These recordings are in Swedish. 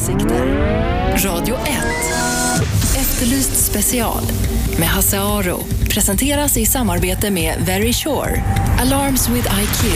åsikter. Radio 1. Efterlyst special med Hasse Aro presenteras i samarbete med Very Sure. Alarms with IQ.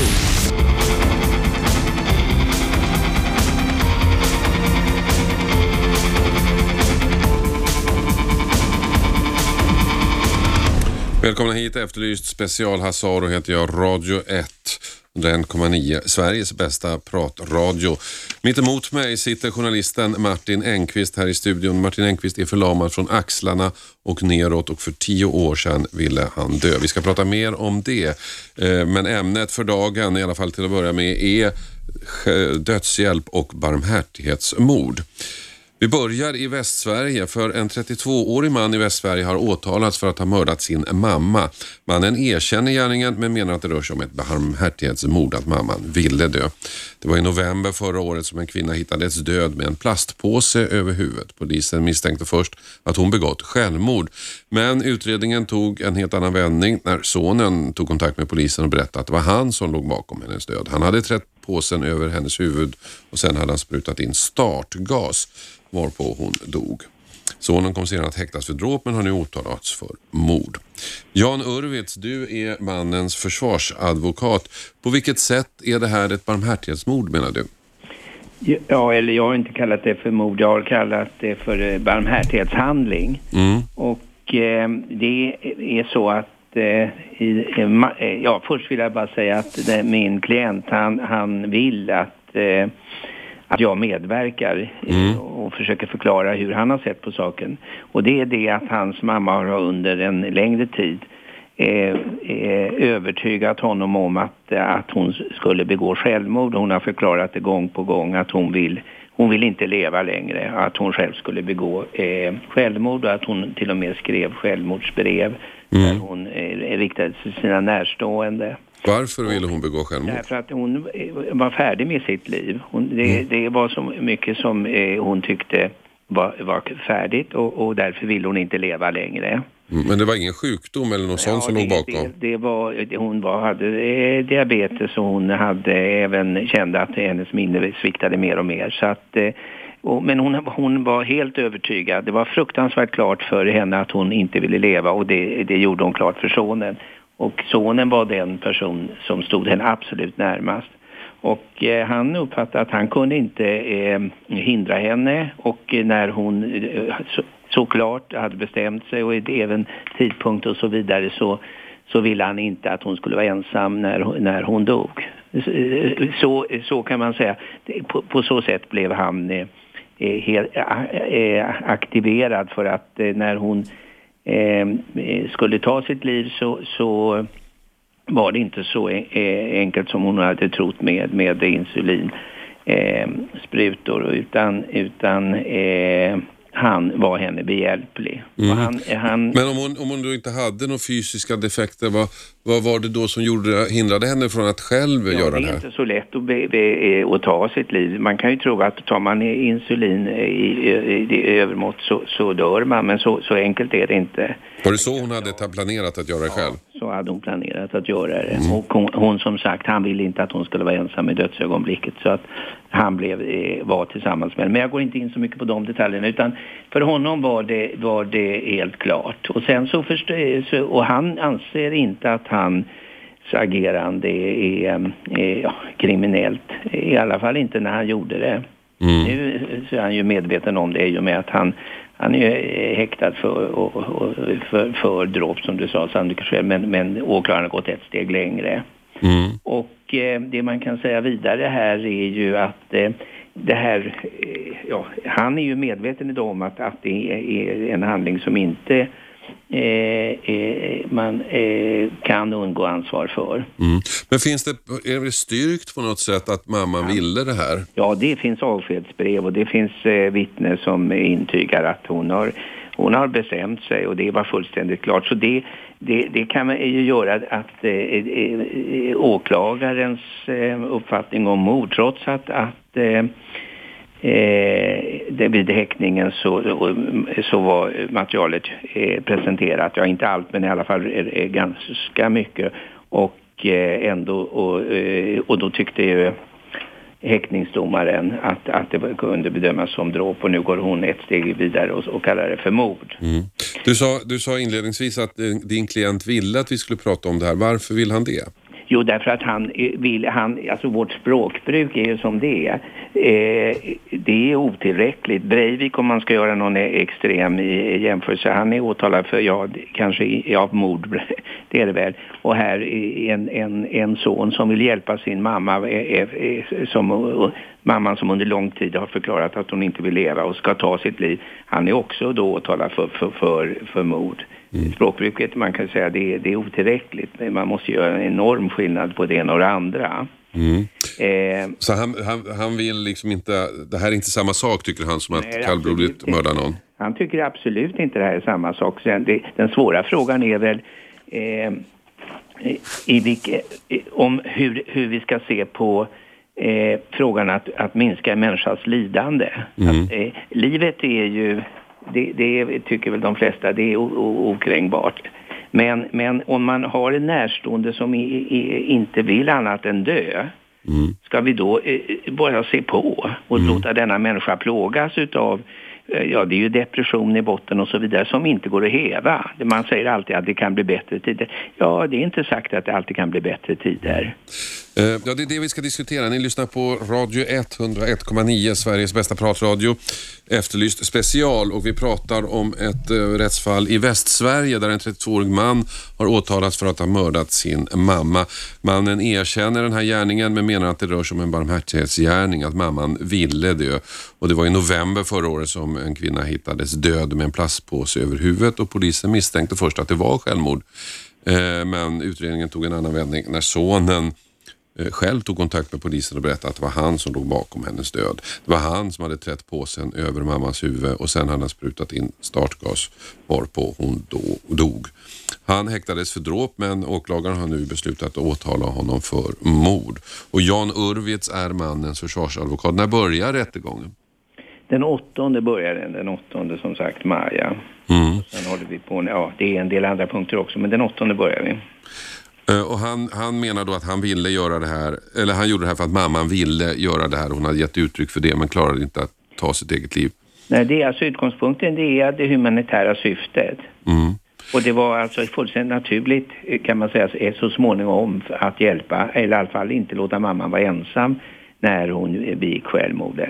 Välkomna hit, Efterlyst special. Hasse Aro heter jag, Radio 1. 1,9, Sveriges bästa pratradio. Mitt emot mig sitter journalisten Martin Engqvist här i studion. Martin Engqvist är förlamad från axlarna och neråt och för 10 år sedan ville han dö. Vi ska prata mer om det. Men ämnet för dagen, i alla fall till att börja med, är dödshjälp och barmhärtighetsmord. Vi börjar i Västsverige, för en 32-årig man i Västsverige har åtalats för att ha mördat sin mamma. Mannen erkänner gärningen men menar att det rör sig om ett barmhärtighetsmord, att mamman ville dö. Det var i november förra året som en kvinna hittades död med en plastpåse över huvudet. Polisen misstänkte först att hon begått självmord. Men utredningen tog en helt annan vändning när sonen tog kontakt med polisen och berättade att det var han som låg bakom hennes död. Han hade trätt påsen över hennes huvud och sen hade han sprutat in startgas, varpå hon dog. Sonen kom sedan att häktas för dråp men har nu åtalats för mord. Jan Urwitz, du är mannens försvarsadvokat. På vilket sätt är det här ett barmhärtighetsmord, menar du? Ja, eller jag har inte kallat det för mord, jag har kallat det för barmhärtighetshandling. Och det är så att först vill jag bara säga att min klient han vill att jag medverkar och försöker förklara hur han har sett på saken. Och det är det att hans mamma har under en längre tid övertygat honom om att hon skulle begå självmord. Hon har förklarat det gång på gång att hon vill inte leva längre, att hon själv skulle begå självmord och att hon till och med skrev självmordsbrev där hon riktade sig till sina närstående. Varför ville hon begå självmord? Därför att hon var färdig med sitt liv. Det var så mycket som hon tyckte var färdigt och därför ville hon inte leva längre. Men det var ingen sjukdom eller något sånt som låg bakom? Hon hade diabetes och hon hade även kände att hennes minne sviktade mer och mer. Så att, men hon var helt övertygad. Det var fruktansvärt klart för henne att hon inte ville leva och det gjorde hon klart för sonen. Och sonen var den person som stod henne absolut närmast. Och han uppfattade att han kunde inte hindra henne. Och när hon såklart hade bestämt sig och även tidpunkt och så vidare så ville han inte att hon skulle vara ensam när hon dog. Så kan man säga. På så sätt blev han helt aktiverad för att när hon skulle ta sitt liv så var det inte så enkelt som hon hade trott med insulin sprutor utan han var henne behjälplig. Men om hon då inte hade några fysiska defekter, vad var det då som hindrade henne från att själv göra det här? Det är inte så lätt att ta sitt liv. Man kan ju tro att tar man insulin i övermått så dör man, men så enkelt är det inte. Var det så hon hade planerat att göra det själv? Så hade hon planerat att göra det. Och hon som sagt, han ville inte att hon skulle vara ensam i dödsögonblicket, så att han var tillsammans med henne. Men jag går inte in så mycket på de detaljerna, utan för honom var det helt klart. Och sen och han anser inte att hans agerande är kriminellt. I alla fall inte när han gjorde det. Nu så är han ju medveten om det i och med att han är häktad för dråp, som du sa, sannolikt själv, men åklagaren har gått ett steg längre. Och det man kan säga vidare här är ju att det här, han är ju medveten idag om att det är en handling som inte man kan undgå ansvar för. Men är det styrkt på något sätt att mamman ville det här? Ja, det finns avskedsbrev och det finns vittnen som intygar att hon har bestämt sig, och det var fullständigt klart. Så det kan man ju göra att åklagarens uppfattning om mord, trots att vid häktningen så var materialet presenterat. Ja, inte allt, men i alla fall ganska mycket. Och ändå och då tyckte ju häktningsdomaren att det kunde bedömas som dråp, och nu går hon ett steg vidare och kallar det för mord. Mm. Du sa inledningsvis att din klient ville att vi skulle prata om det här. Varför vill han det? Jo, därför att alltså vårt språkbruk är ju som det är. Det är otillräckligt. Breivik, om man ska göra någon extrem jämförelse, han är åtalad för, kanske av mord, det är det väl. Och här är en son som vill hjälpa sin mamma, mamman som under lång tid har förklarat att hon inte vill leva och ska ta sitt liv. Han är också då åtalad för mord. Språkbruket, man kan säga, det är otillräckligt. Men man måste göra en enorm skillnad på det ena och det andra. Så han vill liksom inte, det här är inte samma sak, tycker han, som att kallblodigt mörda någon? Han tycker absolut inte det här är samma sak. Den svåra frågan är väl om hur vi ska se på frågan att minska en människas lidande. Livet är ju, det tycker väl de flesta, det är okränkbart. Men om man har en närstående som inte vill annat än dö, ska vi då bara se på och låta denna människa plågas utav, det är ju depression i botten och så vidare, som inte går att häva. Man säger alltid att det kan bli bättre tider. Ja, det är inte sagt att det alltid kan bli bättre tider. Ja, det är det vi ska diskutera. Ni lyssnar på Radio 101,9, Sveriges bästa pratradio, Efterlyst special, och vi pratar om ett rättsfall i Västsverige där en 32-årig man har åtalats för att ha mördat sin mamma. Mannen erkänner den här gärningen men menar att det rör sig om en barmhärtighetsgärning, att mamman ville dö. Och det var i november förra året som en kvinna hittades död med en plastpåse över huvudet, och polisen misstänkte först att det var självmord. Men utredningen tog en annan vändning när sonen själv tog kontakt med polisen och berättade att det var han som låg bakom hennes död. Det var han som hade trätt påsen över mammas huvud och sen hade han sprutat in startgas varpå hon dog. Han häktades för dråp, men åklagaren har nu beslutat att åtala honom för mord. Och Jan Urwitz är mannens försvarsadvokat. När börjar rättegången? Den 8:e börjar den 8:e, som sagt, Maja. Sen håller vi på, det är en del andra punkter också, men den 8:e börjar vi. Och han menar då att han ville göra det här, eller han gjorde det här för att mamman ville göra det här. Hon hade gett uttryck för det men klarade inte att ta sitt eget liv. Nej, det är alltså utgångspunkten, det är det humanitära syftet. Och det var alltså fullständigt naturligt, kan man säga, så småningom att hjälpa, eller i alla fall inte låta mamman vara ensam när hon begick självmordet.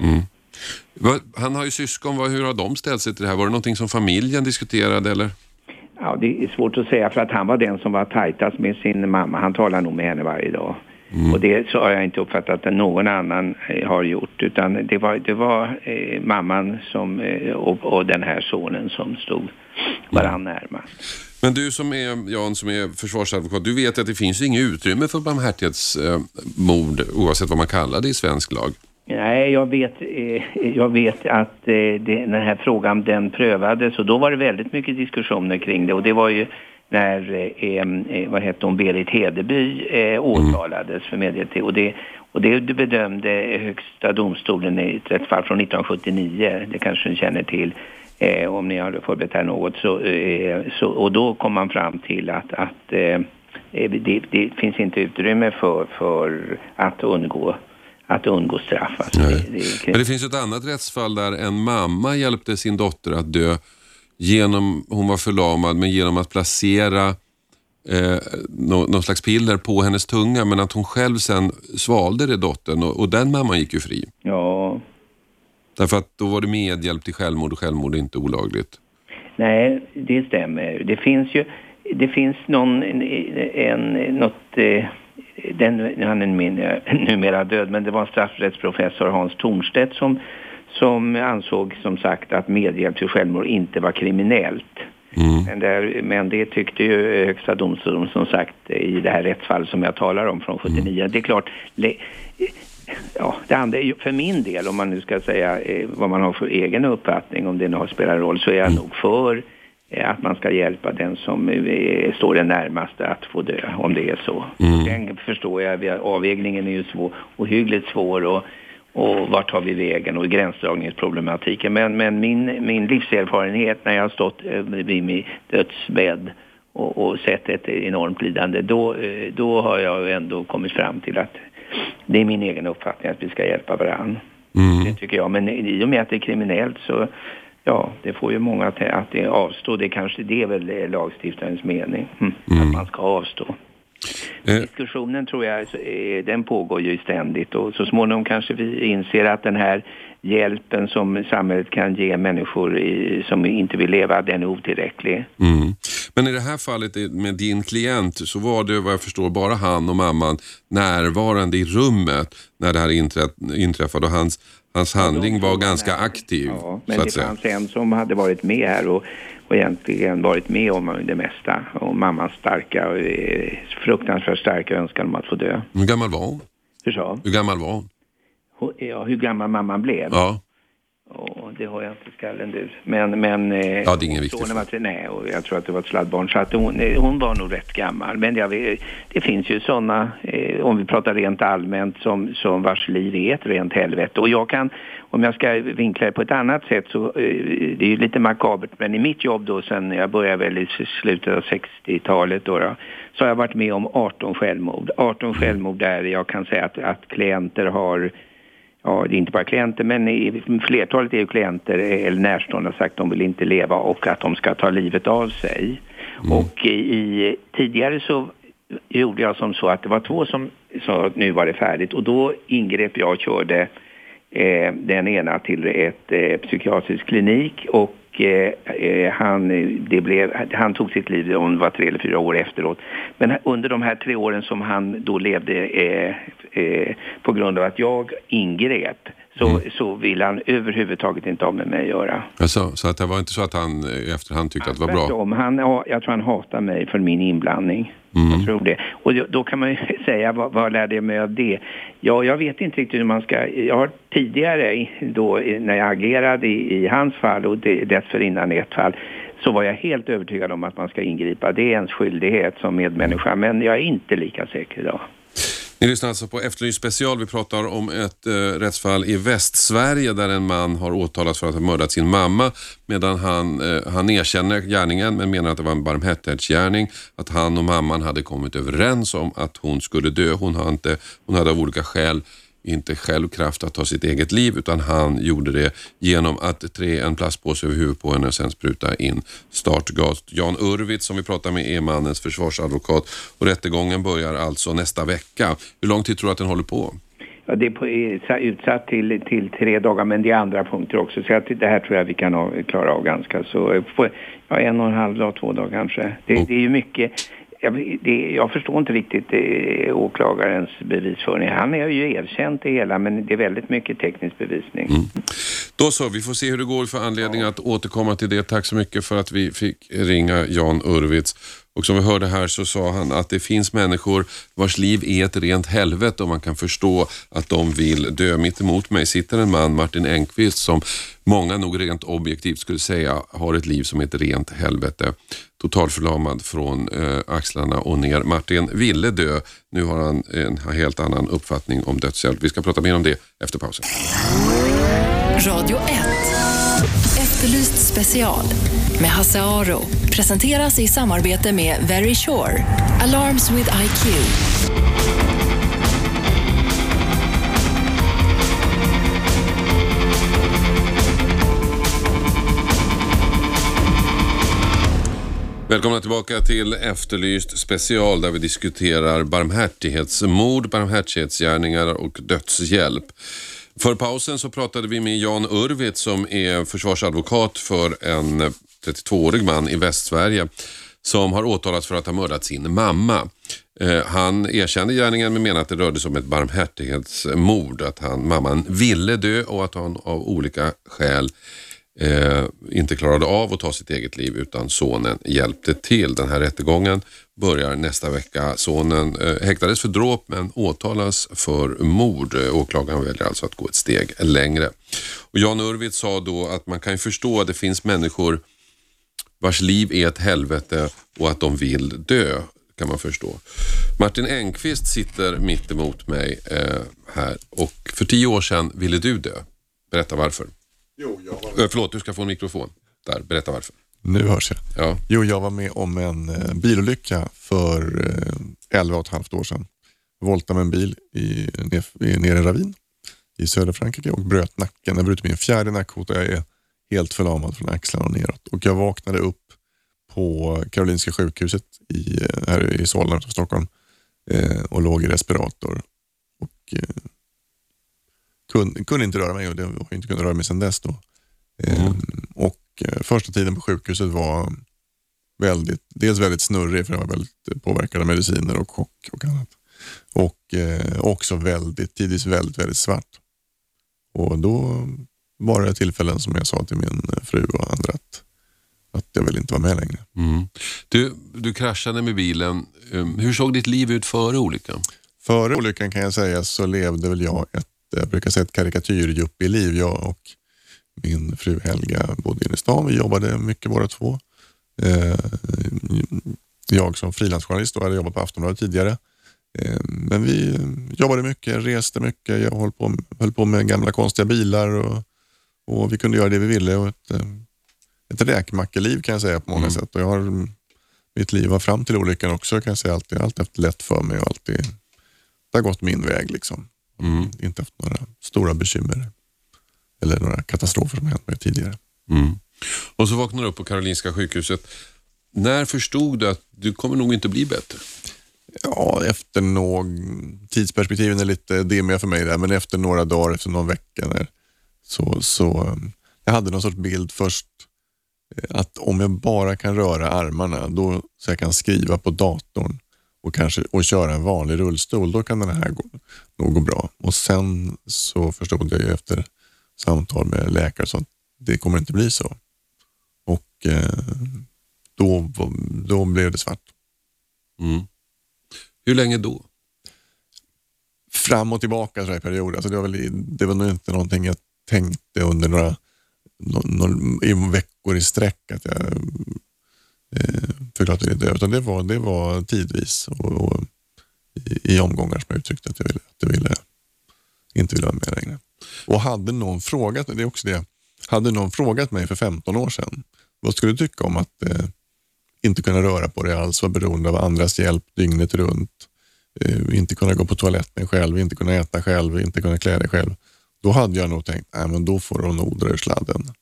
Han har ju syskon, hur har de ställt sig till det här? Var det någonting som familjen diskuterade eller? Ja, det är svårt att säga, för att han var den som var tajtast med sin mamma. Han talar nog med henne varje dag. Och det så har jag inte uppfattat att någon annan har gjort. Utan det var mamman som, och den här sonen som stod varann närmast. Men du som är, Jan, som är försvarsadvokat, du vet att det finns inget utrymme för barmhärtighetsmord oavsett vad man kallar det i svensk lag. Nej, jag vet att den här frågan, den prövades, och då var det väldigt mycket diskussioner kring det, och det var ju när Berit Hedeby åtalades för medhjälp, och det bedömde högsta domstolen i ett rättsfall från 1979, det kanske ni känner till, om ni har förberett här något, så och då kom man fram till att det finns inte utrymme för att undgå straff. Alltså Men det finns ett annat rättsfall där en mamma hjälpte sin dotter att dö hon var förlamad, men genom att placera någon slags piller på hennes tunga, men att hon själv sen svalde det dottern, och den mamman gick ju fri. Ja. Därför att då var det medhjälp till självmord, och självmord är inte olagligt. Nej, det stämmer. Det finns han är numera död, men det var straffrättsprofessor Hans Thornstedt som ansåg, som sagt, att medhjälp till självmord inte var kriminellt. Men det tyckte ju högsta domstolen, som sagt, i det här rättsfall som jag talar om från 79. Det är klart, det andra är ju för min del, om man nu ska säga vad man har för egen uppfattning, om det nu spelar roll, så är jag nog för att man ska hjälpa den som står den närmaste att få dö, om det är så. Den förstår jag, avvägningen är ju ohyggligt svår, och vart tar vi vägen, och gränsdragningsproblematiken. Men min livserfarenhet när jag har stått vid min dödsbädd och sett ett enormt lidande, då har jag ändå kommit fram till det är min egen uppfattning att vi ska hjälpa varandra. Det tycker jag. Men i och med att det är kriminellt så det får ju många att det avstå. Det är väl lagstiftarens mening att man ska avstå. Diskussionen tror jag den pågår ju ständigt, och så småningom kanske vi inser att den här hjälpen som samhället kan ge människor som inte vill leva, den är otillräcklig. Men i det här fallet med din klient så var det, vad jag förstår, bara han och mamman närvarande i rummet när det här inträffade, och hans handling var ganska aktiv. Ja, men det fanns en som hade varit med här och egentligen varit med om det mesta. Och mammans fruktansvärt starka önskan om att få dö. Hur gammal var hon? Hur gammal var hon? Ja, hur gammal mamman blev? Ja. Och det har jag inte skallen du. Men det är ingen viktig fråga. Nej, och jag tror att det var ett sladdbarn, så att hon var nog rätt gammal. Men det finns ju sådana, om vi pratar rent allmänt, som vars liv är ett rent helvete. Och jag kan, om jag ska vinkla det på ett annat sätt, så det är ju lite makabert, men i mitt jobb då, sen jag började väl i slutet av 60-talet då, så har jag varit med om 18 självmord. 18 självmord där jag kan säga att klienter har, det är inte bara klienter, men i flertalet är ju klienter eller närstående har sagt att de vill inte leva och att de ska ta livet av sig. Och tidigare så gjorde jag som så att det var 2 som sa att nu var det färdigt, och då ingrep jag och körde den ena till ett psykiatrisk klinik, och han tog sitt liv om det var 3 eller 4 år efteråt. Men under de här 3 åren som han då levde på grund av att jag ingrep, så vill han överhuvudtaget inte ha med mig att göra. Alltså, så att det var inte så att han i efterhand tyckte att det var bra? Jag tror han hatar mig för min inblandning. Jag tror det. Och då kan man ju säga, vad lärde jag mig av det? Ja, jag vet inte riktigt hur man ska. Jag har tidigare då, när jag agerade i hans fall och dessförinnan i ett fall, så var jag helt övertygad om att man ska ingripa. Det är ens skyldighet som medmänniska, men jag är inte lika säker idag. Ni lyssnar alltså på Efterlyst special. Vi pratar om ett rättsfall i Västsverige där en man har åtalats för att ha mördat sin mamma, medan han erkänner gärningen men menar att det var en barmhärtighetsgärning, att han och mamman hade kommit överens om att hon skulle dö. Hon hade av olika skäl inte själv kraft att ta sitt eget liv, utan han gjorde det genom att trä en plastpåse över huvudet på henne och sen spruta in startgas. Jan Urwitz, som vi pratar med, är mannens försvarsadvokat, och rättegången börjar alltså nästa vecka. Hur lång tid tror du att den håller på? Ja, det är utsatt till 3 dagar, men det är andra punkter också, så att det här tror jag vi kan klara av ganska så. 1,5 dag, 2 dagar kanske. Det är ju mycket. Jag förstår inte riktigt åklagarens bevisföring. Han är ju erkänt det hela, men det är väldigt mycket teknisk bevisning. Då så, vi får se hur det går, för anledning att återkomma till det. Tack så mycket för att vi fick ringa Jan Urwitz. Och som vi hörde här så sa han att det finns människor vars liv är ett rent helvete och man kan förstå att de vill dö. Mitt emot mig sitter en man, Martin Engqvist, som många nog rent objektivt skulle säga har ett liv som är ett rent helvete. Totalförlamad från axlarna och ner. Martin ville dö. Nu har han en helt annan uppfattning om dödshjälp. Vi ska prata mer om det efter pausen. Radio 1. Efterlyst special med Hasse Aro presenteras i samarbete med Very Sure. Alarms with IQ. Välkomna tillbaka till Efterlyst special där vi diskuterar barmhärtighetsmord, barmhärtighetsgärningar och dödshjälp. För pausen så pratade vi med Jan Urwitz som är försvarsadvokat för en 32-årig man i Västsverige som har åtalats för att ha mördat sin mamma. Han erkände gärningen men menar att det rörde sig om ett barmhärtighetsmord, att mamman ville dö och att han av olika skäl inte klarade av att ta sitt eget liv utan sonen hjälpte till. Den här rättegången börjar nästa vecka. Sonen häktades för dråp men åtalas för mord. Åklagaren väljer alltså att gå ett steg längre. Och Jan Urwitz sa då att man kan ju förstå att det finns människor vars liv är ett helvete och att de vill dö, kan man förstå. Martin Engqvist sitter mitt emot mig här, och för 10 år sedan ville du dö. Berätta varför. Förlåt, du ska få en mikrofon. Där, berätta varför. Nu hörs jag. Ja. Jo, jag var med om en bilolycka för 11,5 år sedan. voltade med en bil ner i en ravin i södra Frankrike och bröt nacken. Jag bröt min 4:e nackkota. Jag är helt förlamad från axlarna och neråt. Och jag vaknade upp på Karolinska sjukhuset här i Solna utanför Stockholm och låg i respirator. Och kunde inte röra mig, och det har inte kunnat röra mig sedan dess då. Och första tiden på sjukhuset var dels väldigt snurrig, för jag var väldigt påverkad av mediciner och chock och annat. Och också tidvis väldigt, väldigt svart. Och då var det tillfällen som jag sa till min fru och andra att jag vill inte vara med längre. Du kraschade med bilen. Hur såg ditt liv ut före olyckan? Före olyckan kan jag säga så levde väl jag jag brukar säga ett karikatyrjuppie-liv. Jag och min fru Helga bodde inne i stan. Vi jobbade mycket båda två. Jag som frilansjournalist då hade jobbat på Aftonbladet tidigare. Men vi jobbade mycket, reste mycket. Jag höll på med gamla konstiga bilar och vi kunde göra det vi ville. Och ett räkmackeliv kan jag säga på många sätt. Och mitt liv var fram till olyckan också kan jag säga alltid haft lätt för mig och det har gått min väg liksom. Inte haft några stora bekymmer eller några katastrofer som hänt mig tidigare. Och så vaknade du upp på Karolinska sjukhuset. När förstod du att du kommer nog inte bli bättre? Ja, efter tidsperspektiven är lite dimmiga för mig där, men efter några dagar, efter någon vecka så jag hade någon sorts bild först att om jag bara kan röra armarna då så jag kan skriva på datorn och köra en vanlig rullstol, då kan den här nog gå bra. Och sen så förstod jag ju efter samtal med läkare så att det kommer inte bli så. Och då blev det svart. Hur länge då? Fram och tillbaka så här i perioder. Alltså det var nog inte någonting jag tänkte under några veckor i sträck att jag förklart det dö. Utan det var tidvis och i omgångar som jag uttryckte att jag inte ville vara med längre. Och hade någon frågat mig för 15 år sedan, vad skulle du tycka om att inte kunna röra på dig alls, vara beroende av andras hjälp dygnet runt, inte kunna gå på toaletten själv, inte kunna äta själv, inte kunna klä dig själv. Då hade jag nog tänkt, men då får de nog dra ur sladden.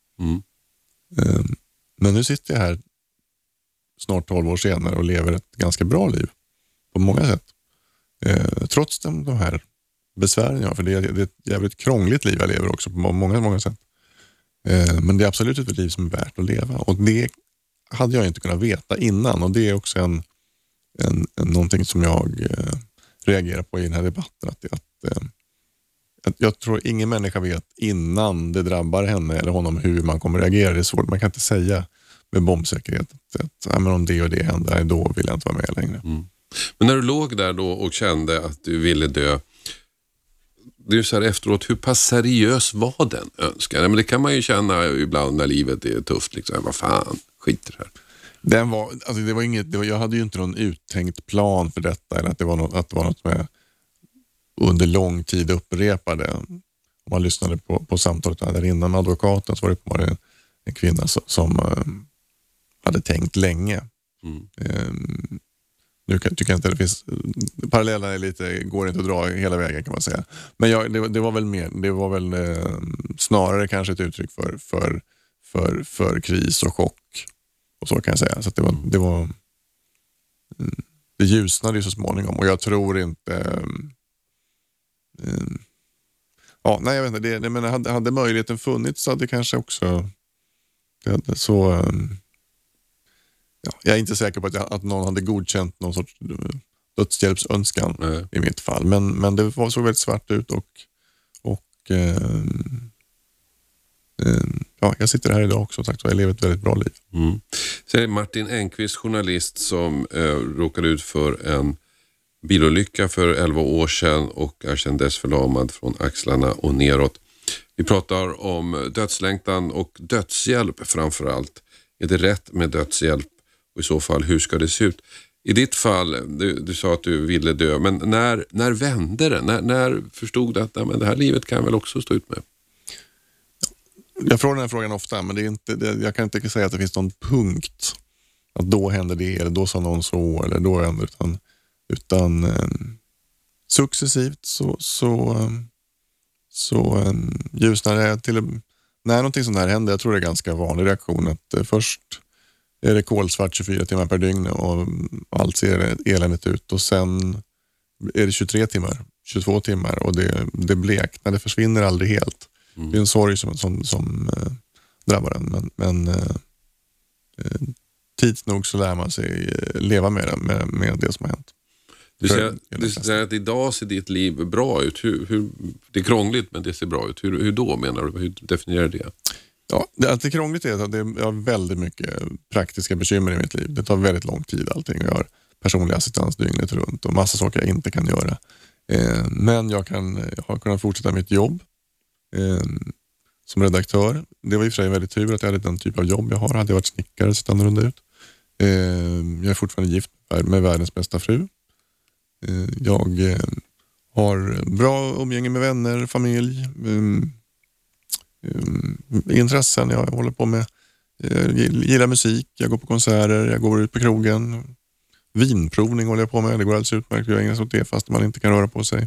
Men nu sitter jag här snart 12 år senare och lever ett ganska bra liv på många sätt. Trots de här besvären jag har, för det är ett jävligt krångligt liv jag lever också på många, många sätt. Men det är absolut ett liv som är värt att leva. Och det hade jag inte kunnat veta innan. Och det är också någonting som jag reagerar på i den här debatten. Att jag tror ingen människa vet innan det drabbar henne eller honom hur man kommer reagera. Det är svårt. Man kan inte säga med bombsäkerhet att om det och det händer, då vill jag inte vara med längre. Men när du låg där då och kände att du ville dö, det är så här efteråt, hur pass seriös var den önskan? Men det kan man ju känna ibland när livet är tufft. Liksom. Vad fan, skit det här. Det var inget, jag hade ju inte någon uttänkt plan för detta eller att det var något som jag under lång tid upprepade. Om man lyssnade på samtalet där innan med advokaten så var det en kvinna som hade tänkt länge. Nu tycker jag inte att det finns parallellerna är lite, går inte att dra hela vägen kan man säga. Men det var väl snarare kanske ett uttryck för kris och chock och så kan jag säga. Så att det ljusnade ju så småningom och jag tror inte jag vet inte, men hade möjligheten funnits så hade det kanske också jag är inte säker på att någon hade godkänt någon sorts dödshjälpsönskan i mitt fall. Men det var så väldigt svart ut och jag sitter här idag också sagt, och jag lever ett väldigt bra liv. Säger Martin Engqvist, journalist som råkade ut för en bilolycka för 11 år sedan och är sedan dess förlamad från axlarna och neråt. Vi pratar om dödslängtan och dödshjälp framförallt. Är det rätt med dödshjälp? Och i så fall, hur ska det se ut? I ditt fall, du sa att du ville dö, men när vände det? När förstod du att det här livet kan jag väl också stå ut med? Jag får den här frågan ofta, men det är inte, jag kan inte säga att det finns någon punkt att då hände det, eller då sa någon så, eller då hände utan successivt så ljusnar det när någonting sånt här händer. Jag tror det är ganska vanlig reaktion att först är det kolsvart 24 timmar per dygn och allt ser eländigt ut, och sen är det 23 timmar, 22 timmar och det bleknar, det försvinner aldrig helt. Det är en sorg som drabbar en, men tids nog så lär man sig leva med det som har hänt. Du säger att idag ser ditt liv bra ut. Det är krångligt, men det ser bra ut. Hur då menar du? Hur definierar du det? Ja, det är krångligt är att jag har väldigt mycket praktiska bekymmer i mitt liv. Det tar väldigt lång tid allting. Jag har personlig assistans dygnet runt och massa saker jag inte kan göra. Men jag har kunnat fortsätta mitt jobb som redaktör. Det var i och för sig väldigt tur att jag hade den typ av jobb jag har. Hade jag varit snickare så stannar runt ut. Jag är fortfarande gift med världens bästa fru. Jag har bra umgänge med vänner, familj, intressen jag håller på med. Jag gillar musik, jag går på konserter, jag går ut på krogen. Vinprovning håller jag på med, det går alldeles utmärkt. Jag ägnar sig åt det fast man inte kan röra på sig.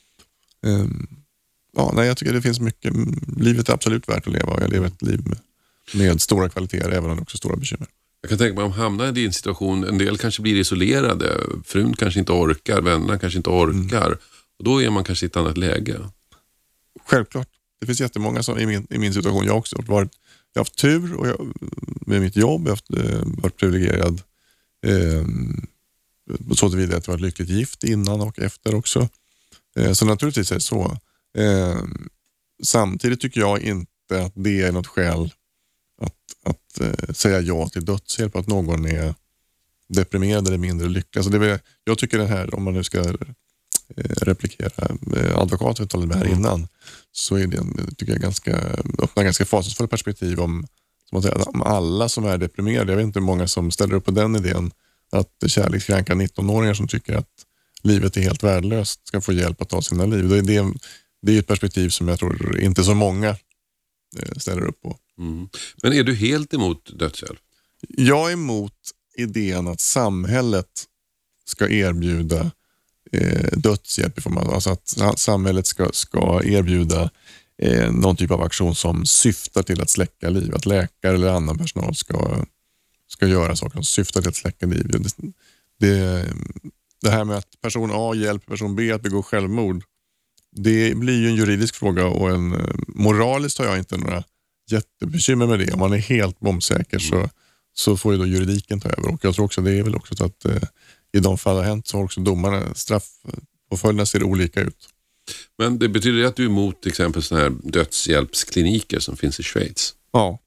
Jag tycker det finns mycket. Livet är absolut värt att leva och jag lever ett liv med stora kvaliteter, även om det också är stora bekymmer. Jag kan tänka mig om hamnar i din situation, en del kanske blir isolerade, frun kanske inte orkar, vännerna kanske inte orkar, och då är man kanske i ett annat läge. Självklart. Det finns jättemånga som i min situation. Jag har också jag har haft tur och med mitt jobb. Jag har varit privilegierad så tillvida att jag varit lyckligt gift innan och efter också. Så naturligtvis är det så. Samtidigt tycker jag inte att det är något skäl att säga ja till dödshjälp, att någon är deprimerad eller mindre lycklig. Alltså jag tycker det här, om man nu ska replikera advokaten vi talade med här innan, så är det tycker jag öppnar ganska fasansfulla perspektiv om alla som är deprimerade. Jag vet inte hur många som ställer upp på den idén att kärlekskranka 19-åringar som tycker att livet är helt värdelöst ska få hjälp att ta sina liv. Det är ett perspektiv som jag tror inte så många ställer upp på. Men är du helt emot dödshjälp? Jag är emot idén att samhället ska erbjuda dödshjälp i form av, alltså att samhället ska erbjuda någon typ av aktion som syftar till att släcka liv. Att läkare eller annan personal ska göra saker som syftar till att släcka liv. Det här med att person A hjälper person B att begå självmord, det blir ju en juridisk fråga, och moraliskt har jag inte några jättebekymmer med det. Om man är helt bombsäker så får ju då juridiken ta över, och jag tror också det är väl också så att i de fall det har hänt så har också domarna, straffpåföljderna ser olika ut. Men det betyder att du är emot till exempel sådana här dödshjälpskliniker som finns i Schweiz? Ja.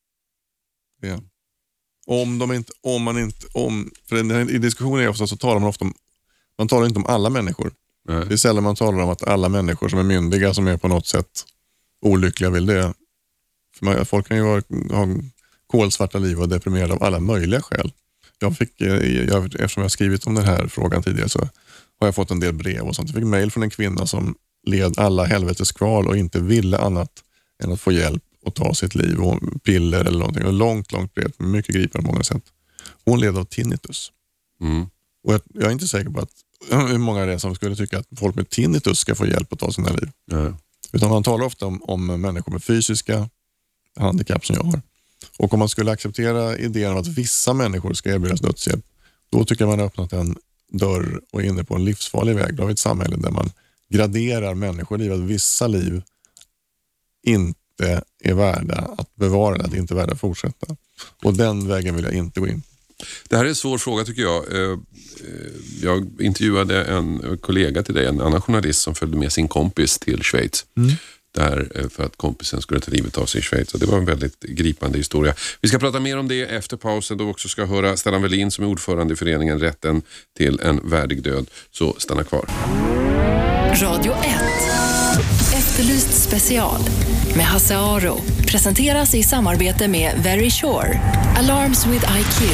För i diskussioner ofta så talar man talar inte om alla människor. Nej. Det är sällan man talar om att alla människor som är myndiga, som är på något sätt olyckliga, vill det. För folk kan ju ha kolsvarta liv och deprimerade av alla möjliga skäl. Eftersom jag har skrivit om den här frågan tidigare, så har jag fått en del brev och sånt. Jag fick mejl från en kvinna som led alla helvetes kval och inte ville annat än att få hjälp och ta sitt liv, och piller eller någonting. Och långt brev, mycket gripande på många sätt. Hon led av tinnitus. Och jag är inte säker på hur många det är som skulle tycka att folk med tinnitus ska få hjälp att ta sina liv. Utan man talar ofta om människor med fysiska handikapp som jag har. Och om man skulle acceptera idén om att vissa människor ska erbjudas dödshjälp, då tycker man har öppnat en dörr och är inne på en livsfarlig väg. Då har vi ett samhälle där man graderar människoliv, att vissa liv inte är värda att bevara, att inte är värda att fortsätta. Och den vägen vill jag inte gå in. Det här är en svår fråga tycker jag. Jag intervjuade en kollega till dig, en annan journalist som följde med sin kompis till Schweiz. Där för att kompisen skulle ta livet av sig i Schweiz. Och det var en väldigt gripande historia. Vi ska prata mer om det efter pausen, då vi också ska höra Stellan Welin som är ordförande i föreningen Rätten till en värdig död. Så stanna kvar. Radio 1. Efterlyst special med Hasse Aro. Presenteras i samarbete med Very Sure. Alarms with IQ.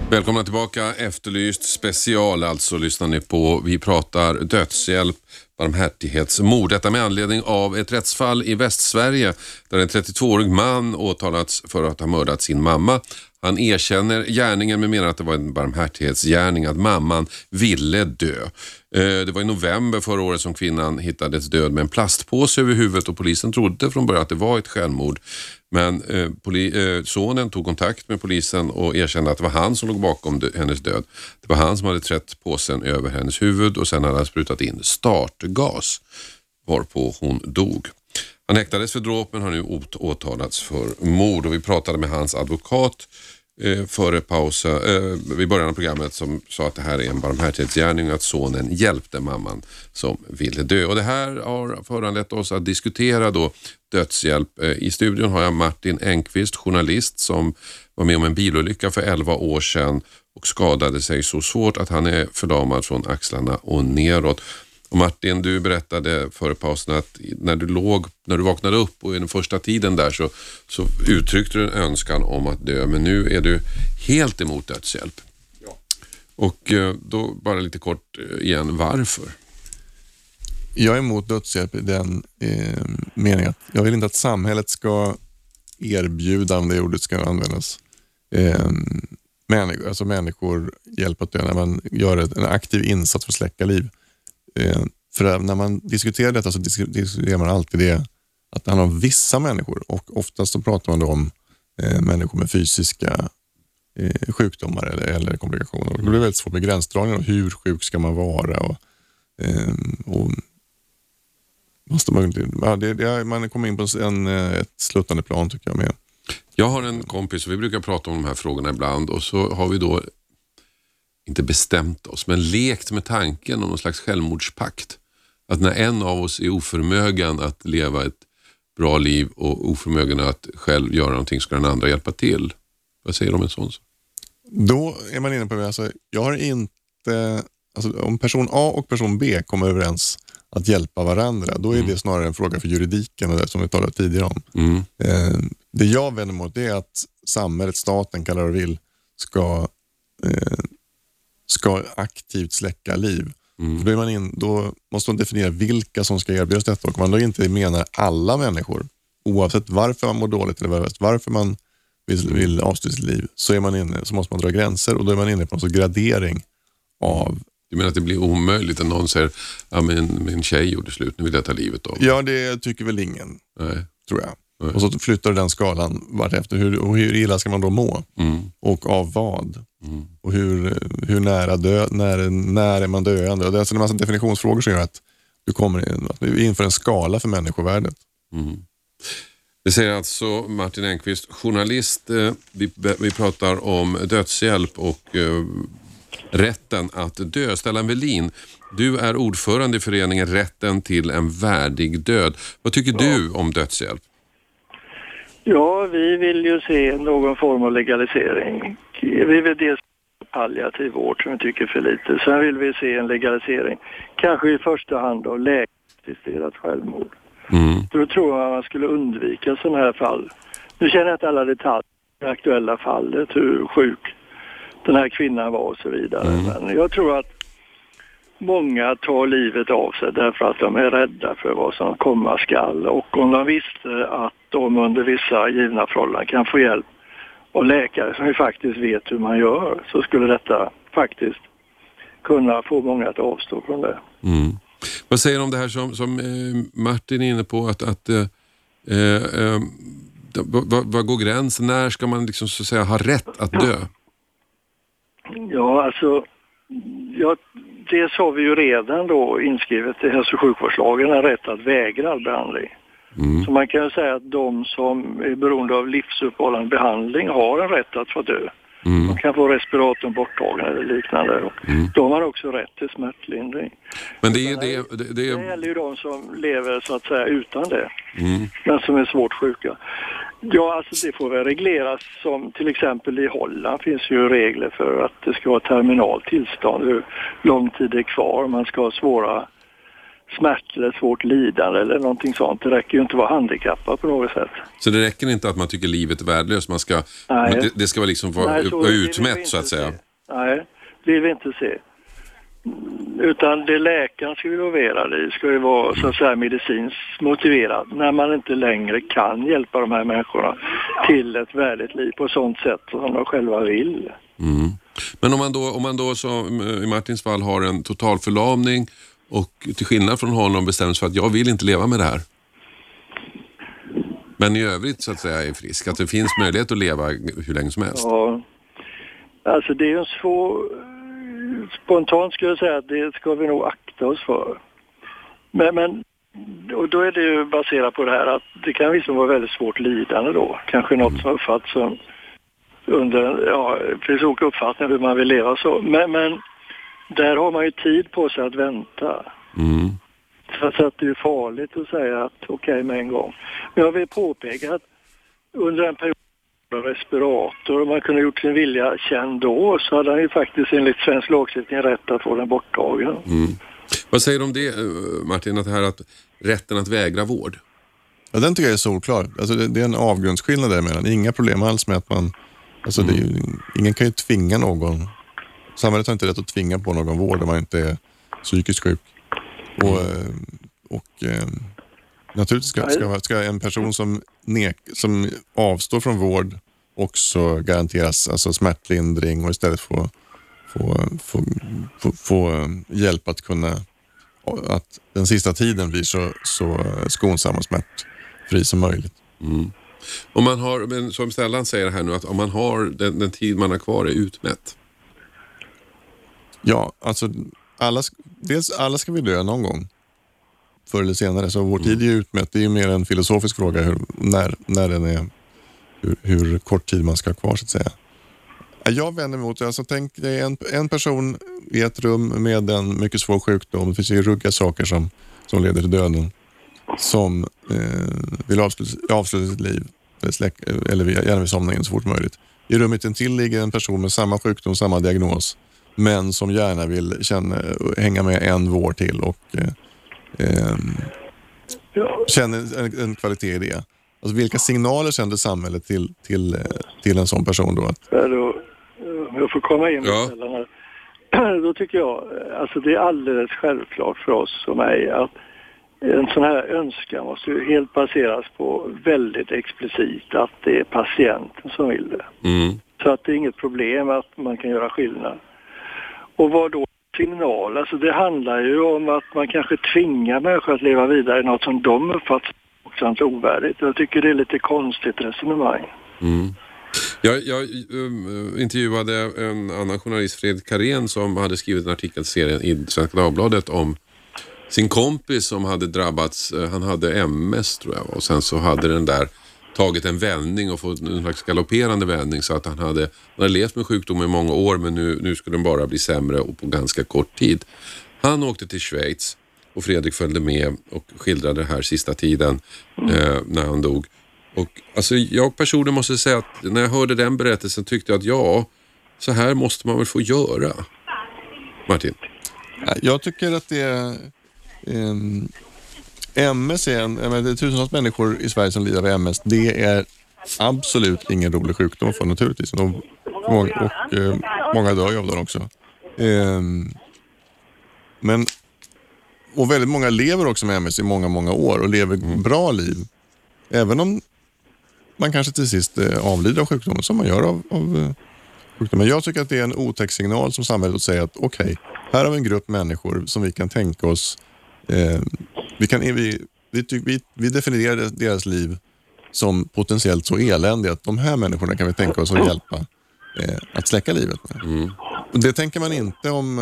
Välkomna tillbaka, Efterlyst special, alltså lyssnar ni på. Vi pratar dödshjälp, barmhärtighetsmord. Detta med anledning av ett rättsfall i Västsverige där en 32-årig man åtalats för att ha mördat sin mamma. Han erkänner gärningen men menar att det var en barmhärtighetsgärning, att mamman ville dö. Det var i november förra året som kvinnan hittades död med en plastpåse över huvudet och polisen trodde från början att det var ett självmord. Men sonen tog kontakt med polisen och erkände att det var han som låg bakom hennes död. Det var han som hade trätt påsen över hennes huvud och sen hade han sprutat in startgas varpå hon dog. Han häktades för dråp men har nu åtalats för mord och vi pratade med hans advokat före pausen vid början av programmet som sa att det här är en barmhärtighetsgärning och att sonen hjälpte mamman som ville dö. Och det här har föranlett oss att diskutera då dödshjälp. I studion har jag Martin Engqvist, journalist som var med om en bilolycka för 11 år sedan och skadade sig så svårt att han är förlamad från axlarna och neråt. Och Martin, du berättade före pausen att när du vaknade upp och i den första tiden där så uttryckte du en önskan om att dö, men nu är du helt emot dödshjälp. Ja. Och då bara lite kort igen, varför? Jag är emot dödshjälp i den meningen att jag vill inte att samhället ska erbjuda, om det ordet ska användas, människor hjälp att dö när man gör en aktiv insats för att släcka liv. För när man diskuterar detta så diskuterar man alltid det att det handlar om vissa människor och oftast så pratar man då om människor med fysiska sjukdomar eller komplikationer. Det blir väldigt svårt med gränsdragningen och hur sjuk ska man vara och måste man kommer in på ett sluttande plan tycker jag med. Jag har en kompis och vi brukar prata om de här frågorna ibland och så har vi då inte bestämt oss, men lekt med tanken om någon slags självmordspakt. Att när en av oss är oförmögen att leva ett bra liv och oförmögen att själv göra någonting ska den andra hjälpa till. Vad säger du om en sån sak? Då är man inne på det. Alltså, jag har inte... Alltså, om person A och person B kommer överens att hjälpa varandra, då är det snarare en fråga för juridiken och det som vi talade tidigare om. Det jag vänder mot det är att samhället, staten, kallar det vill, ska aktivt släcka liv. Då måste man definiera vilka som ska erbjudas detta. Och om man då inte menar alla människor, oavsett varför man mår dåligt eller varför man vill avsluta sitt liv, så måste man dra gränser och då är man inne på en sorts gradering av... Du menar att det blir omöjligt att någon säger ja, min tjej gjorde slut, nu vill jag ta livet av. Ja, det tycker väl ingen. Nej. Tror jag. Nej. Och så flyttar den skalan vartefter. Hur illa ska man då må? Och av vad? Och hur nära när är man döende? Och det är alltså en massa definitionsfrågor som gör att vi inför en skala för människovärdet. Det säger alltså Martin Engqvist, journalist. Vi pratar om dödshjälp och rätten att dö. Stellan Welin, du är ordförande i föreningen Rätten till en värdig död. Vad tycker du om dödshjälp? Ja, vi vill ju se någon form av legalisering. Vi vill dels palliativ vård som vi tycker för lite. Sen vill vi se en legalisering. Kanske i första hand av läkarassisterat självmord. Då tror jag man skulle undvika sådana här fall. Nu känner jag inte alla detaljer i det aktuella fallet, hur sjuk den här kvinnan var och så vidare. Men jag tror att många tar livet av sig därför att de är rädda för vad som komma skall. Och om de visste att de under vissa givna förhållanden kan få hjälp av läkare som ju faktiskt vet hur man gör, så skulle detta faktiskt kunna få många att avstå från det. Vad säger du om det här som Martin är inne på vad går gränsen? När ska man liksom så att säga ha rätt att dö? Ja, alltså det har vi ju redan då inskrivet i hälso- och sjukvårdslagen, en rätt att vägra behandling. Så man kan ju säga att de som är beroende av livsuppehållande behandling har en rätt att få dö. De kan få respiratorn borttagen eller liknande. De har också rätt till smärtlindring. Men det gäller ju de som lever så att säga utan det. Men som är svårt sjuka. Ja, alltså det får väl regleras som till exempel i Holland finns ju regler för att det ska vara terminalt tillstånd, hur lång tid det är kvar, man ska ha svåra smärta eller svårt lidande eller någonting sånt. Det räcker ju inte att vara handikappad på något sätt. Så det räcker inte att man tycker livet är värdelöst, man ska, det ska vara liksom vara utmätt så att säga. Nej, det vill vi inte se. Utan det läkaren ska involverade i ska ju vara så att säga medicinskt motiverat när man inte längre kan hjälpa de här människorna till ett värdigt liv på sånt sätt som de själva vill. Mm. Men om man då som i Martins fall har en total förlamning och till skillnad från honom bestämmer sig för att jag vill inte leva med det här. Men i övrigt så att säga är frisk, att det finns möjlighet att leva hur länge som helst. Ja, alltså det är en svår... Spontant skulle jag säga att det ska vi nog akta oss för. Men och då är det ju baserat på det här att det kan visserligen vara väldigt svårt lidande då. Kanske något som uppfattas som under, det finns olika uppfattningar hur man vill leva så. Men där har man ju tid på sig att vänta. Mm. Så att det är farligt att säga att okej med en gång. Men jag vill påpeka att under en period respirator och man kunde gjort sin vilja känd då, så hade han ju faktiskt enligt svensk lagstiftning rätt att få den borttagen. Mm. Vad säger du om det, Martin, att det här att rätten att vägra vård? Ja, den tycker jag är solklar. Alltså det är en avgrundsskillnad däremellan. Inga problem alls med att man... Alltså det är ju, ingen kan ju tvinga någon. Samhället har inte rätt att tvinga på någon vård om man inte är psykiskt sjuk. Och naturligtvis ska en person som avstår från vård också garanteras alltså smärtlindring och istället få hjälp att kunna att den sista tiden blir så skonsam och smärtfri som möjligt. Mm. Om man har, men som Stellan säger här nu, att om man har den tid man har kvar är utmätt. Ja, alltså alla ska vi dö någon gång. Förr eller senare, så vår tid är utmätt. Det är ju mer en filosofisk fråga när den är hur kort tid man ska ha kvar så att säga. Jag vänder mig mot det. Alltså, tänk dig en person i ett rum med en mycket svår sjukdom. Det finns ju rugga saker som leder till döden. Som vill avsluta sitt liv eller gärna vill somna in så fort möjligt. I rummet intill ligger en person med samma sjukdom, samma diagnos, men som gärna vill hänga med en vår till och känner en kvalitet i det. Alltså, vilka signaler sänder samhället till en sån person då? Jag får komma in med här. Då tycker jag, alltså det är alldeles självklart för oss och mig att en sån här önskan måste ju helt baseras på väldigt explicit att det är patienten som vill det. Mm. Så att det är inget problem att man kan göra skillnad. Och vad då signal? Alltså det handlar ju om att man kanske tvingar människor att leva vidare i något som de uppfattar också ovärdigt. Jag tycker det är lite konstigt resonemang. Mm. Jag intervjuade en annan journalist, Fredrik Karén, som hade skrivit en artikelserie i Svenska Dagbladet om sin kompis som hade drabbats, han hade MS tror jag, och sen så hade den där tagit en vändning och fått en slags galopperande vändning så att han hade levt med sjukdomen i många år, men nu skulle den bara bli sämre och på ganska kort tid. Han åkte till Schweiz och Fredrik följde med och skildrade det här sista tiden när han dog. Och alltså jag personligen måste säga att när jag hörde den berättelsen tyckte jag att så här måste man väl få göra. Martin? Jag tycker att det är MS är det är tusentals människor i Sverige som lider av MS. Det är absolut ingen rolig sjukdom för naturligtvis. Och många dör ju av den också. Och väldigt många lever också med MS i många år och lever bra liv. Även om man kanske till sist avlider av sjukdomen som man gör av sjukdomen. Jag tycker att det är en otäck signal som samhället säger att okej, här har vi en grupp människor som vi kan tänka oss vi definierar deras liv som potentiellt så eländiga att de här människorna kan vi tänka oss att hjälpa att släcka livet med. Mm. Och det tänker man inte om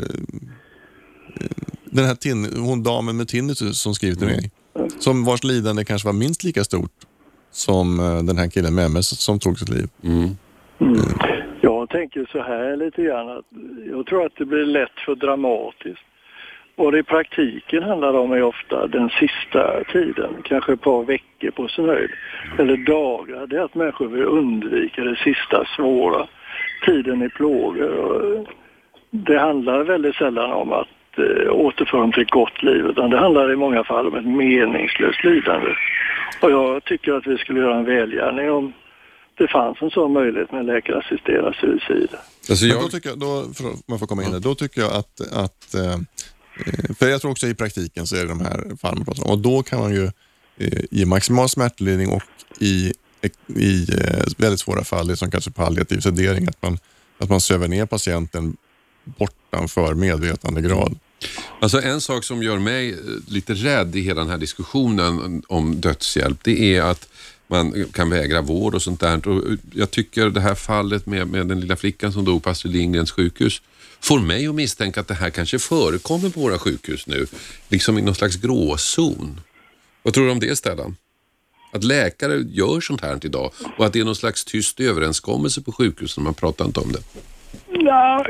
den här hon damen med tinnitus som skrivit till mig. Som vars lidande kanske var minst lika stort som den här killen med MS som tog sitt liv. Mm. Jag tänker så här lite grann att jag tror att det blir lätt för dramatiskt. Och det i praktiken handlar om är ofta den sista tiden, kanske ett par veckor på sin höjd, eller dagar. Det är att människor vill undvika det sista svåra, tiden i plågor. Och det handlar väldigt sällan om att återföra dem till ett gott liv, utan det handlar i många fall om ett meningslöst lidande. Och jag tycker att vi skulle göra en välgärning om det fanns en sån möjlighet med läkarassisterad suicid. Alltså Men då tycker jag, om man får komma in där, då tycker jag att för jag tror också i praktiken så är det de här fallen man pratar om. Och då kan man ju ge maximal smärtlindring och i väldigt svåra fall, det som kanske palliativ sedering, att man söver ner patienten bortanför medvetandegrad. Alltså en sak som gör mig lite rädd i hela den här diskussionen om dödshjälp, det är att man kan vägra vård och sånt där. Och jag tycker det här fallet med den lilla flickan som dog på Astrid Lindgrens sjukhus får mig att misstänka att det här kanske förekommer på våra sjukhus nu. Liksom i någon slags gråzon. Vad tror du om det, Stellan? Att läkare gör sånt här idag och att det är någon slags tyst överenskommelse på sjukhusen, man pratar inte om det. Ja,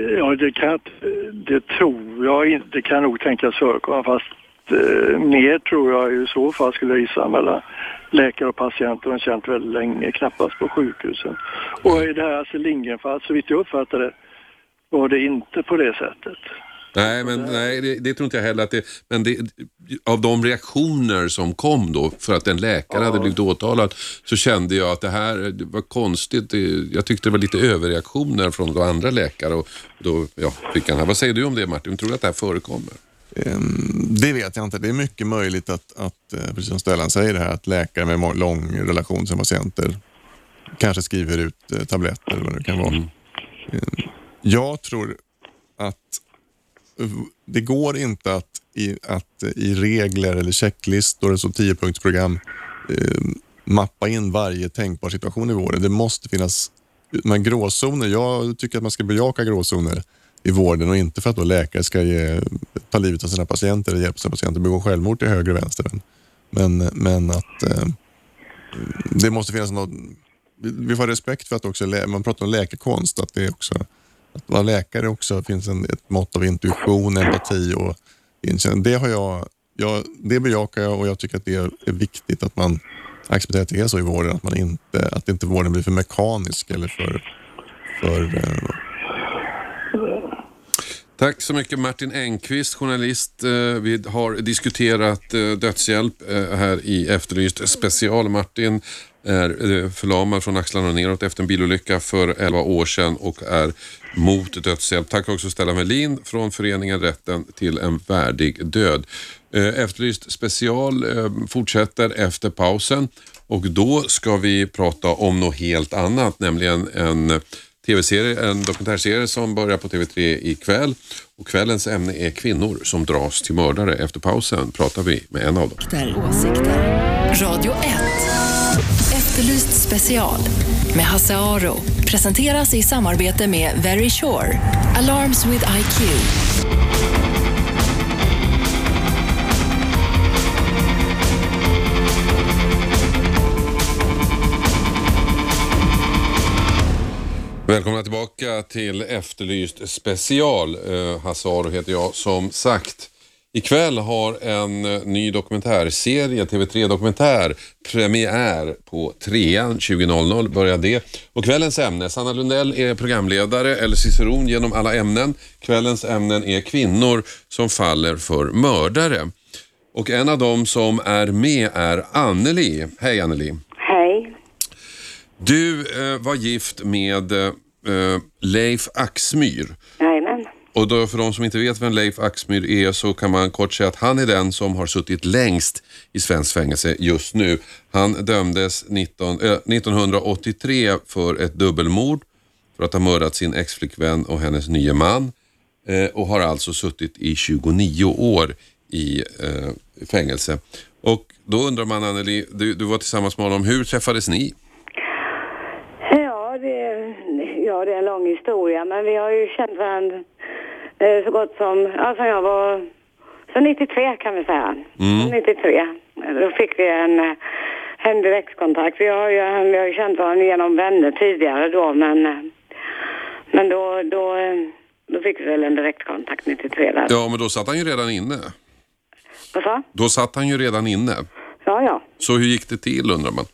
det tror jag inte. Det kan nog tänkas förekomma, fast mer tror jag i så fall skulle gissa mellan läkare och patienter och känt väldigt länge, knappast på sjukhusen. Och i det här Astrid Lindgren-fall, så vitt jag uppfattar det, var det inte på det sättet. Nej, det tror inte jag heller. Men av de reaktioner som kom då för att en läkare hade blivit åtalad, så kände jag att det var konstigt. Jag tyckte det var lite överreaktioner från de andra läkare. Och då fick han här. Vad säger du om det, Martin? Tror du att det här förekommer? Det vet jag inte. Det är mycket möjligt att precis som Stellan säger det här, att läkare med lång relation till patienter kanske skriver ut tabletter eller vad det kan vara. Jag tror att det går inte att i regler eller checklistor eller så 10-punktsprogram mappa in varje tänkbar situation i vården. Det måste finnas gråzoner. Jag tycker att man ska bejaka gråzoner i vården, och inte för att då läkare ska ta livet av sina patienter eller hjälpa sina patienter begå självmord till höger och vänster. Men att det måste finnas något. Vi får respekt för att också man pratar om läkekonst, att det också att vara läkare också finns ett mått av intuition, empati och inkänning. Det bejakar jag, och jag tycker att det är viktigt att man accepterar att det är så i vården, att inte vården blir för mekanisk eller för Tack så mycket, Martin Engqvist, journalist. Vi har diskuterat dödshjälp här i Efterlyst special. Martin är förlamad från axlarna neråt efter en bilolycka för 11 år sedan och är mot dödshjälp. Tack också Stellan Melin från föreningen Rätten till en värdig död. Efterlyst special fortsätter efter pausen, och då ska vi prata om något helt annat, nämligen en tv-serie, en dokumentärserie som börjar på TV3 ikväll, och kvällens ämne är kvinnor som dras till mördare. Efter pausen pratar vi med en av dem. Åsikter. Radio 1. Efterlyst special med Hasse Aro presenteras i samarbete med Very Sure. Alarms with IQ. Välkomna tillbaka till Efterlyst special. Hasse Aro heter jag, som sagt. Ikväll har en ny dokumentärserie, TV3-dokumentär, premiär på 3:an 20:00 börjar det. Och kvällens ämne, Sanna Lundell är programledare, eller ciceron genom alla ämnen. Kvällens ämnen är kvinnor som faller för mördare. Och en av dem som är med är Anneli. Hej Anneli. Hej. Du var gift med Leif Axmyr. Jajamän. Och då, för de som inte vet vem Leif Axmyr är, så kan man kort säga att han är den som har suttit längst i svensk fängelse just nu. Han dömdes 1983 för ett dubbelmord, för att ha mördat sin exflickvän och hennes nya man. Och har alltså suttit i 29 år i fängelse. Och då undrar man, Anneli, du var tillsammans med honom. Hur träffades ni? Det är en lång historia, men vi har ju känt varandra så gott som, alltså jag var så 93 kan vi säga. 93. Då fick vi en direktkontakt. Vi har ju känt varandra genom vänner tidigare då, men då fick vi väl en direktkontakt 93 där. Ja, men då satt han ju redan inne. Vad sa? Då satt han ju redan inne. Ja. Så hur gick det till, undrar man?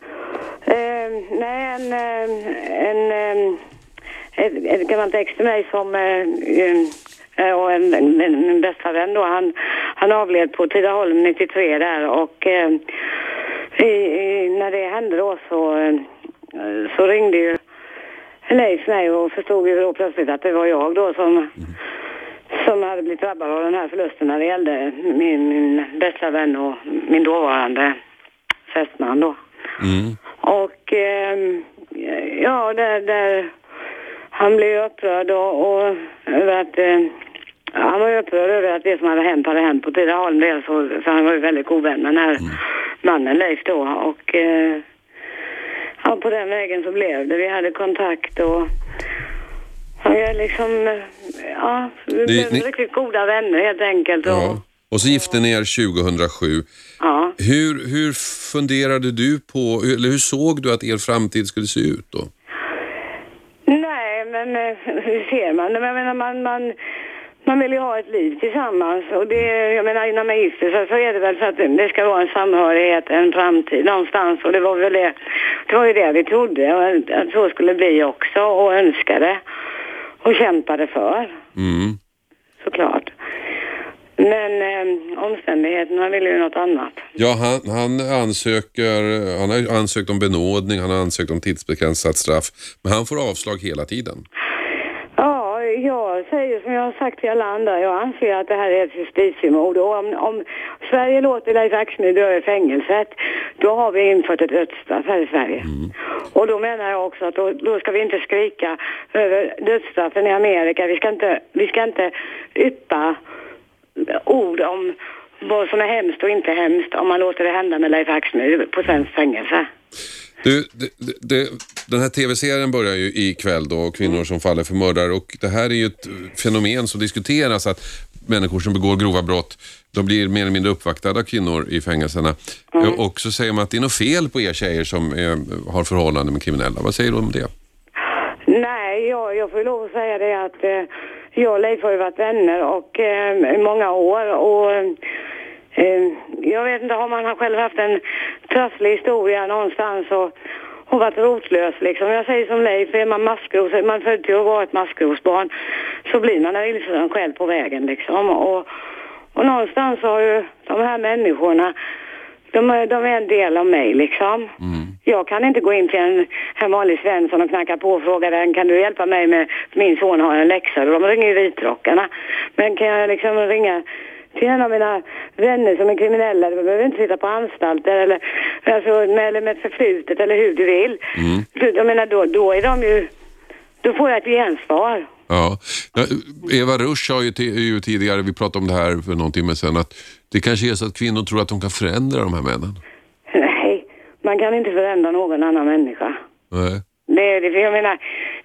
Ett gammalt ex till mig som Och min bästa vän då, han avled på Tidaholm 93 där. Och när det hände då så ringde ju Leif mig och förstod ju då plötsligt att det var jag då som hade blivit drabbad av den här förlusten när det gällde min bästa vän och min dåvarande fästman då. Och ja, där han blev upprörd och över att han var upprörd över att det som hade hänt på Tidaholm, för han var ju väldigt god vän med den här mannen Leif då. Och ja, på den vägen så blev det. Vi hade kontakt och jag liksom, ja, vi blev riktigt goda vänner helt enkelt. Och så gifte ni er 2007. Ja. Hur funderade du på, eller hur såg du att er framtid skulle se ut då? Nej, men hur ser man? Jag menar, man vill ju ha ett liv tillsammans. Och det, jag menar, när man gifter sig så är det väl så att det ska vara en samhörighet, en framtid någonstans. Och det var väl det var ju det vi trodde. Och att så skulle bli också och önskade. Och kämpade för. Såklart. Men omständigheterna vill ju något annat. Ja, han har ansökt om benådning, han har ansökt om tidsbegränsat straff. Men han får avslag hela tiden. Ja, jag säger som jag har sagt till alla andra. Jag anser att det här är ett justitiemord. Och om Sverige låter Leif Axmyr dö i fängelset, då har vi infört ett dödsstraff här i Sverige. Och då menar jag också att då ska vi inte skrika över dödsstraffen i Amerika. Vi ska inte yppa ord om vad som är hemskt och inte hemskt om man låter det hända med Leif Axmyr på svensk fängelse. Du, den här tv-serien börjar ju ikväll då, Kvinnor som faller för mördare, och det här är ju ett fenomen som diskuteras, att människor som begår grova brott, de blir mer eller mindre uppvaktade av kvinnor i fängelserna. Och så säger man att det är något fel på er tjejer som har förhållanden med kriminella. Vad säger du om det? Nej, jag får lov att säga det att jag och Leif har ju varit vänner och många år och jag vet inte, har man själv haft en trasslig historia någonstans och varit rotlös liksom. Jag säger som Leif, är man maskros, man född till att vara ett maskrosbarn, så blir man en vilsen själv på vägen liksom. Och någonstans har ju de här människorna, de är en del av mig liksom. Jag kan inte gå in till en vanlig Svensson och knacka på och fråga den, kan du hjälpa mig med min son har en läxa? De ringer ju vitrockarna. Men kan jag liksom ringa till en av mina vänner som är kriminella, de behöver inte sitta på anstalter eller med ett förflutet eller hur du vill. Jag menar, då är de ju, då får jag ett gensvar. Ja. Eva Rusch har ju tidigare, vi pratade om det här för någon timme sedan, att det kanske är så att kvinnor tror att de kan förändra de här männen. Nej, man kan inte förändra någon annan människa. Nej. Jag menar,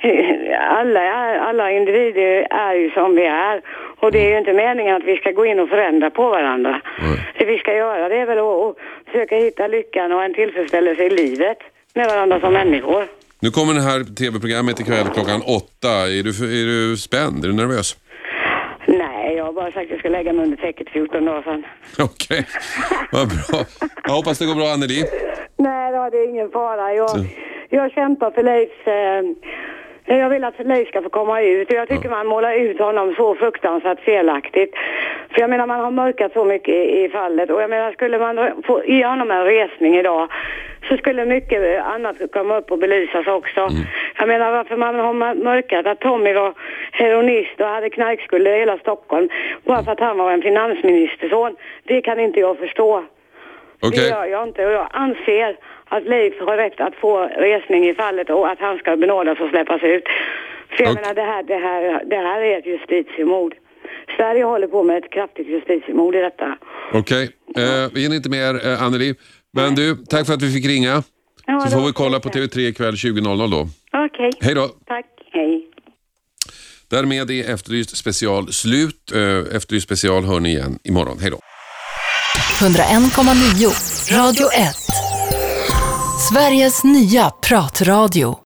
alla individer är ju som vi är. Och det är ju inte meningen att vi ska gå in och förändra på varandra. Det vi ska göra, det är väl att försöka hitta lyckan och en tillfredsställelse i livet med varandra som människor. Nu kommer det här tv-programmet ikväll klockan 8. Är du spänd? Är du nervös? Nej, jag har bara sagt att jag ska lägga mig under täcket 14 dagar sedan. Okej, vad bra. Jag hoppas det går bra, Anneli. Nej, det är ingen fara. Jag kämpar för Leifs... Jag vill att Leif ska få komma ut. Och jag tycker man målar ut honom så fruktansvärt felaktigt. För jag menar, man har mörkat så mycket i fallet. Och jag menar, skulle man få ge honom en resning idag, så skulle mycket annat komma upp och belysas också. Jag menar, varför man har mörkat att Tommy var heroinist och hade knarkskulder i hela Stockholm bara för att han var en finansministerson, det kan inte jag förstå. Okay. Det gör jag inte. Och jag anser att Leif har rätt att få resning i fallet och att han ska benådas och släppas ut. För jag menar, det här är ett justitiemord. Sverige håller på med ett kraftigt justitiemord i detta. Okej. Vi hinner inte mer, Anneli. Men du, tack för att vi fick ringa. Ja, så får vi kolla på TV3 ikväll 20.00 då. Okej. Hej då. Tack, hej. Därmed är Efterlyst special slut. Efterlyst special hör ni igen imorgon. Hej då. 101,9 Radio 1. Sveriges nya pratradio.